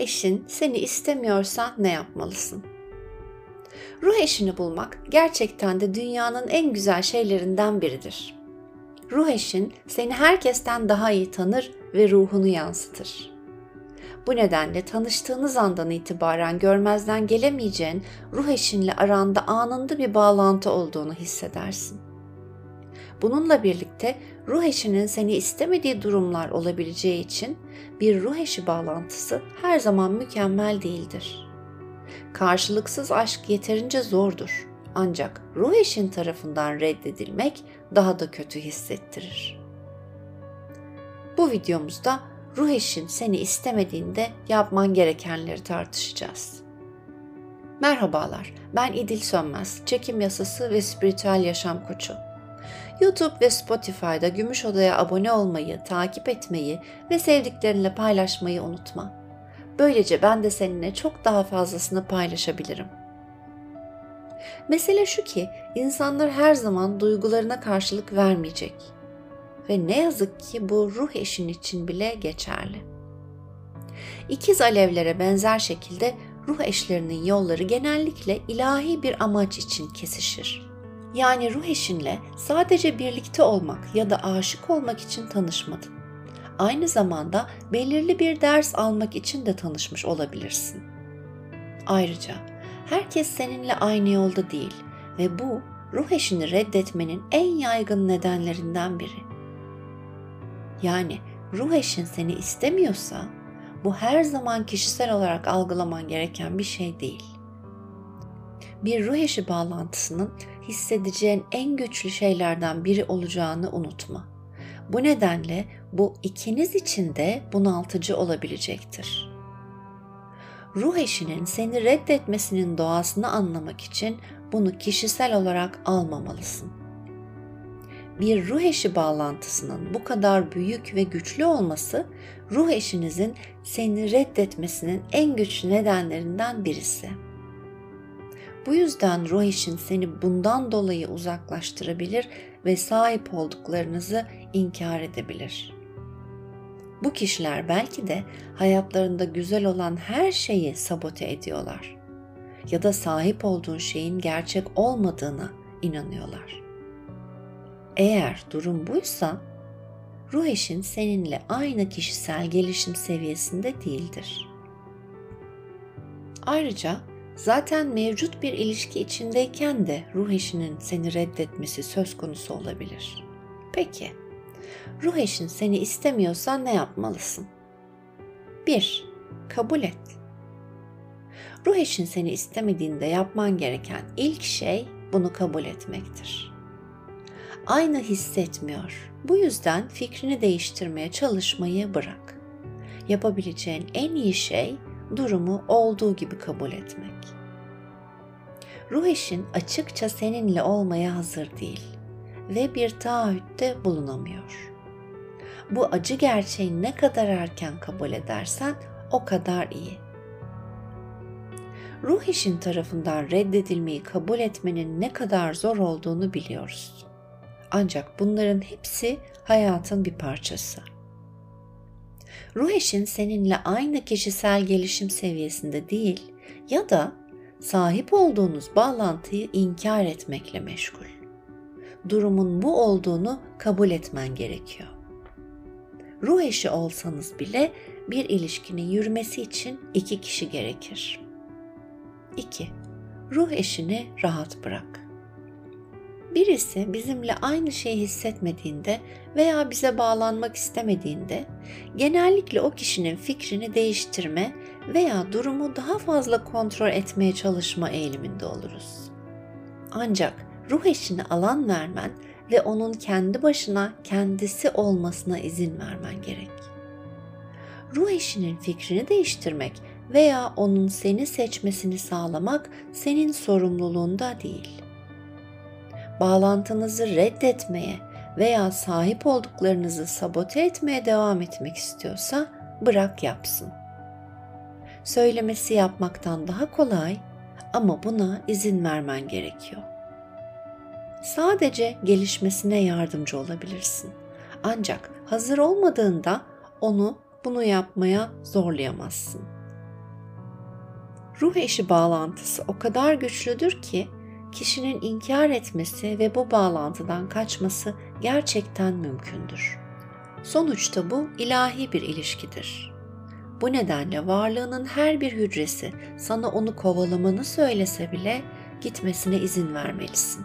eşin seni istemiyorsa ne yapmalısın? Ruh eşini bulmak gerçekten de dünyanın en güzel şeylerinden biridir. Ruh eşin seni herkesten daha iyi tanır ve ruhunu yansıtır. Bu nedenle tanıştığınız andan itibaren görmezden gelemeyeceğin ruh eşinle aranda anında bir bağlantı olduğunu hissedersin. Bununla birlikte ruh eşinin seni istemediği durumlar olabileceği için bir ruh eşi bağlantısı her zaman mükemmel değildir. Karşılıksız aşk yeterince zordur. Ancak ruh eşin tarafından reddedilmek daha da kötü hissettirir. Bu videomuzda ruh eşin seni istemediğinde yapman gerekenleri tartışacağız. Merhabalar, ben İdil Sönmez, çekim yasası ve spiritüel yaşam koçu. YouTube ve Spotify'da Gümüş Oda'ya abone olmayı, takip etmeyi ve sevdiklerinle paylaşmayı unutma. Böylece ben de seninle çok daha fazlasını paylaşabilirim. Mesele şu ki, insanlar her zaman duygularına karşılık vermeyecek. Ve ne yazık ki bu ruh eşin için bile geçerli. İkiz alevlere benzer şekilde ruh eşlerinin yolları genellikle ilahi bir amaç için kesişir. Yani ruh eşinle sadece birlikte olmak ya da aşık olmak için tanışmadın. Aynı zamanda belirli bir ders almak için de tanışmış olabilirsin. Ayrıca herkes seninle aynı yolda değil ve bu ruh eşini reddetmenin en yaygın nedenlerinden biri. Yani ruh eşin seni istemiyorsa bu her zaman kişisel olarak algılaman gereken bir şey değil. Bir ruh eşi bağlantısının hissedeceğin en güçlü şeylerden biri olacağını unutma. Bu nedenle bu ikiniz için de bunaltıcı olabilecektir. Ruh eşinin seni reddetmesinin doğasını anlamak için bunu kişisel olarak almamalısın. Bir ruh eşi bağlantısının bu kadar büyük ve güçlü olması, ruh eşinizin seni reddetmesinin en güçlü nedenlerinden birisi. Bu yüzden ruh eşin seni bundan dolayı uzaklaştırabilir ve sahip olduklarınızı inkar edebilir. Bu kişiler belki de hayatlarında güzel olan her şeyi sabote ediyorlar ya da sahip olduğun şeyin gerçek olmadığına inanıyorlar. Eğer durum buysa, ruh eşin seninle aynı kişisel gelişim seviyesinde değildir. Ayrıca zaten mevcut bir ilişki içindeyken de ruh eşinin seni reddetmesi söz konusu olabilir. Peki, ruh eşin seni istemiyorsa ne yapmalısın? 1. Kabul et. Ruh eşin seni istemediğinde yapman gereken ilk şey bunu kabul etmektir. Aynı hissetmiyor. Bu yüzden fikrini değiştirmeye çalışmayı bırak. Yapabileceğin en iyi şey durumu olduğu gibi kabul etmek. Ruh eşin açıkça seninle olmaya hazır değil ve bir taahhütte bulunamıyor. Bu acı gerçeği ne kadar erken kabul edersen o kadar iyi. Ruh eşin tarafından reddedilmeyi kabul etmenin ne kadar zor olduğunu biliyoruz. Ancak bunların hepsi hayatın bir parçası. Ruh eşin seninle aynı kişisel gelişim seviyesinde değil ya da sahip olduğunuz bağlantıyı inkar etmekle meşgul. Durumun bu olduğunu kabul etmen gerekiyor. Ruh eşi olsanız bile bir ilişkinin yürümesi için 2 kişi gerekir. 2. Ruh eşini rahat bırak. Birisi bizimle aynı şeyi hissetmediğinde veya bize bağlanmak istemediğinde genellikle o kişinin fikrini değiştirme veya durumu daha fazla kontrol etmeye çalışma eğiliminde oluruz. Ancak ruh eşine alan vermen ve onun kendi başına kendisi olmasına izin vermen gerek. Ruh eşinin fikrini değiştirmek veya onun seni seçmesini sağlamak senin sorumluluğunda değil. Bağlantınızı reddetmeye veya sahip olduklarınızı sabote etmeye devam etmek istiyorsa bırak yapsın. Söylemesi yapmaktan daha kolay ama buna izin vermen gerekiyor. Sadece gelişmesine yardımcı olabilirsin. Ancak hazır olmadığında onu bunu yapmaya zorlayamazsın. Ruh eşi bağlantısı o kadar güçlüdür ki kişinin inkar etmesi ve bu bağlantıdan kaçması gerçekten mümkündür. Sonuçta bu ilahi bir ilişkidir. Bu nedenle varlığının her bir hücresi sana onu kovalamanı söylese bile gitmesine izin vermelisin.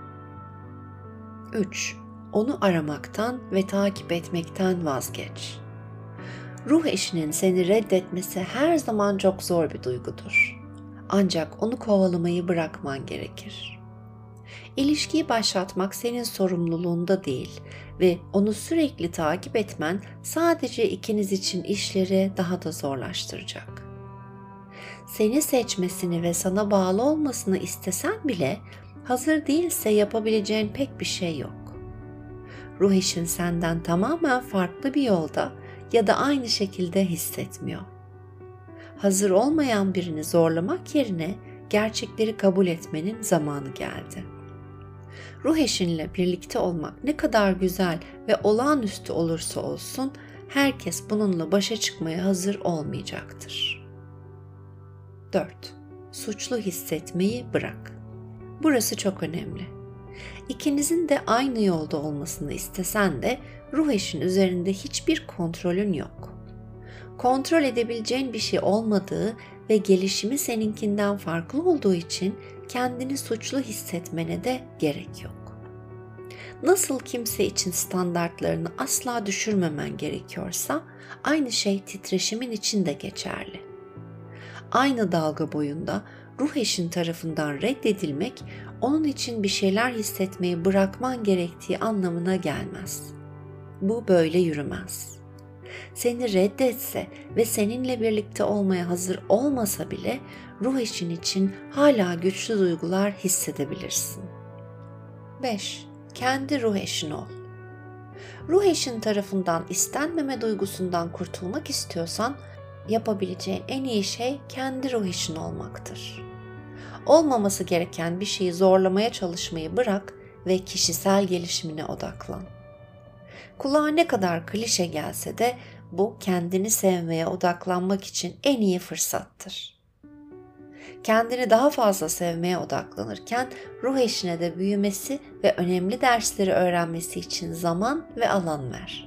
3. Onu aramaktan ve takip etmekten vazgeç. Ruh eşinin seni reddetmesi her zaman çok zor bir duygudur. Ancak onu kovalamayı bırakman gerekir. İlişkiyi başlatmak senin sorumluluğunda değil ve onu sürekli takip etmen sadece ikiniz için işleri daha da zorlaştıracak. Seni seçmesini ve sana bağlı olmasını istesen bile hazır değilse yapabileceğin pek bir şey yok. Ruh eşin senden tamamen farklı bir yolda ya da aynı şekilde hissetmiyor. Hazır olmayan birini zorlamak yerine gerçekleri kabul etmenin zamanı geldi. Ruh eşinle birlikte olmak ne kadar güzel ve olağanüstü olursa olsun herkes bununla başa çıkmaya hazır olmayacaktır. 4. Suçlu hissetmeyi bırak. Burası çok önemli. İkinizin de aynı yolda olmasını istesen de ruh eşin üzerinde hiçbir kontrolün yok. Kontrol edebileceğin bir şey olmadığı ve gelişimi seninkinden farklı olduğu için kendini suçlu hissetmene de gerek yok. Nasıl kimse için standartlarını asla düşürmemen gerekiyorsa, aynı şey titreşimin için de geçerli. Aynı dalga boyunda ruh eşin tarafından reddedilmek, onun için bir şeyler hissetmeyi bırakman gerektiği anlamına gelmez. Bu böyle yürümez. Seni reddetse ve seninle birlikte olmaya hazır olmasa bile ruh eşin için hala güçlü duygular hissedebilirsin. 5. Kendi ruh eşin ol. Ruh eşin tarafından istenmeme duygusundan kurtulmak istiyorsan yapabileceğin en iyi şey kendi ruh eşin olmaktır. Olmaması gereken bir şeyi zorlamaya çalışmayı bırak ve kişisel gelişimine odaklan. Kulağa ne kadar klişe gelse de bu kendini sevmeye odaklanmak için en iyi fırsattır. Kendini daha fazla sevmeye odaklanırken ruh eşine de büyümesi ve önemli dersleri öğrenmesi için zaman ve alan ver.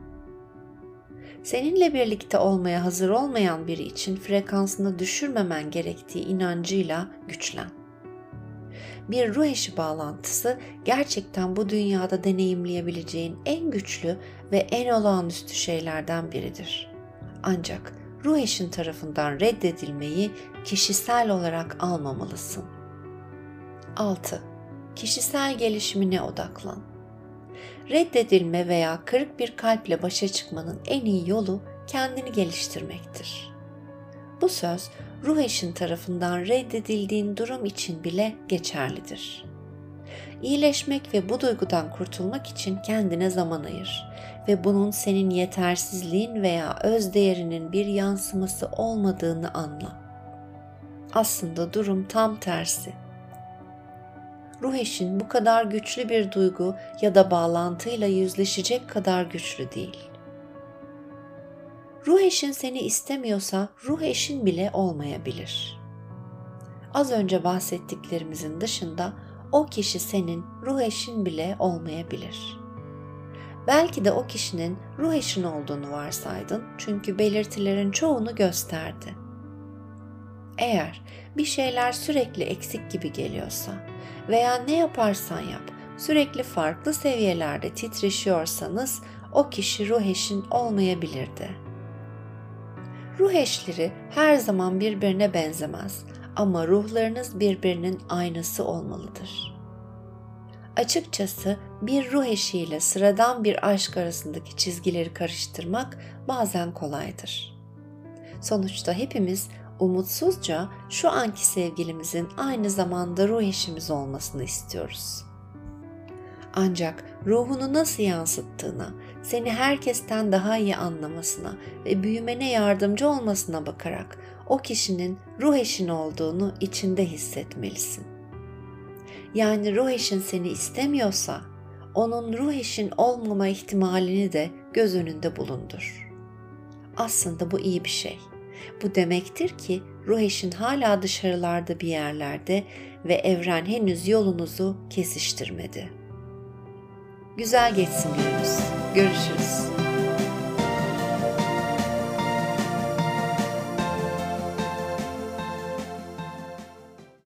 Seninle birlikte olmaya hazır olmayan biri için frekansını düşürmemen gerektiği inancıyla güçlen. Bir ruh eşi bağlantısı gerçekten bu dünyada deneyimleyebileceğin en güçlü ve en olağanüstü şeylerden biridir. Ancak ruh eşin tarafından reddedilmeyi kişisel olarak almamalısın. 6. Kişisel gelişimine odaklan. Reddedilme veya kırık bir kalple başa çıkmanın en iyi yolu kendini geliştirmektir. Bu söz ruh eşin tarafından reddedildiğin durum için bile geçerlidir. İyileşmek ve bu duygudan kurtulmak için kendine zaman ayır ve bunun senin yetersizliğin veya öz değerinin bir yansıması olmadığını anla. Aslında durum tam tersi. Ruh eşin bu kadar güçlü bir duygu ya da bağlantıyla yüzleşecek kadar güçlü değil. Ruh eşin seni istemiyorsa ruh eşin bile olmayabilir. Az önce bahsettiklerimizin dışında o kişi senin ruh eşin bile olmayabilir. Belki de o kişinin ruh eşin olduğunu varsaydın çünkü belirtilerin çoğunu gösterdi. Eğer bir şeyler sürekli eksik gibi geliyorsa veya ne yaparsan yap sürekli farklı seviyelerde titreşiyorsanız o kişi ruh eşin olmayabilirdi. Ruh eşleri her zaman birbirine benzemez ama ruhlarınız birbirinin aynası olmalıdır. Açıkçası bir ruh eşiyle sıradan bir aşk arasındaki çizgileri karıştırmak bazen kolaydır. Sonuçta hepimiz umutsuzca şu anki sevgilimizin aynı zamanda ruh eşimiz olmasını istiyoruz. Ancak ruhunu nasıl yansıttığına, seni herkesten daha iyi anlamasına ve büyümene yardımcı olmasına bakarak o kişinin ruh eşin olduğunu içinde hissetmelisin. Yani ruh eşin seni istemiyorsa, onun ruh eşin olmama ihtimalini de göz önünde bulundur. Aslında bu iyi bir şey. Bu demektir ki ruh eşin hala dışarılarda bir yerlerde ve evren henüz yolunuzu kesiştirmedi. Güzel geçsin gününüz. Görüşürüz.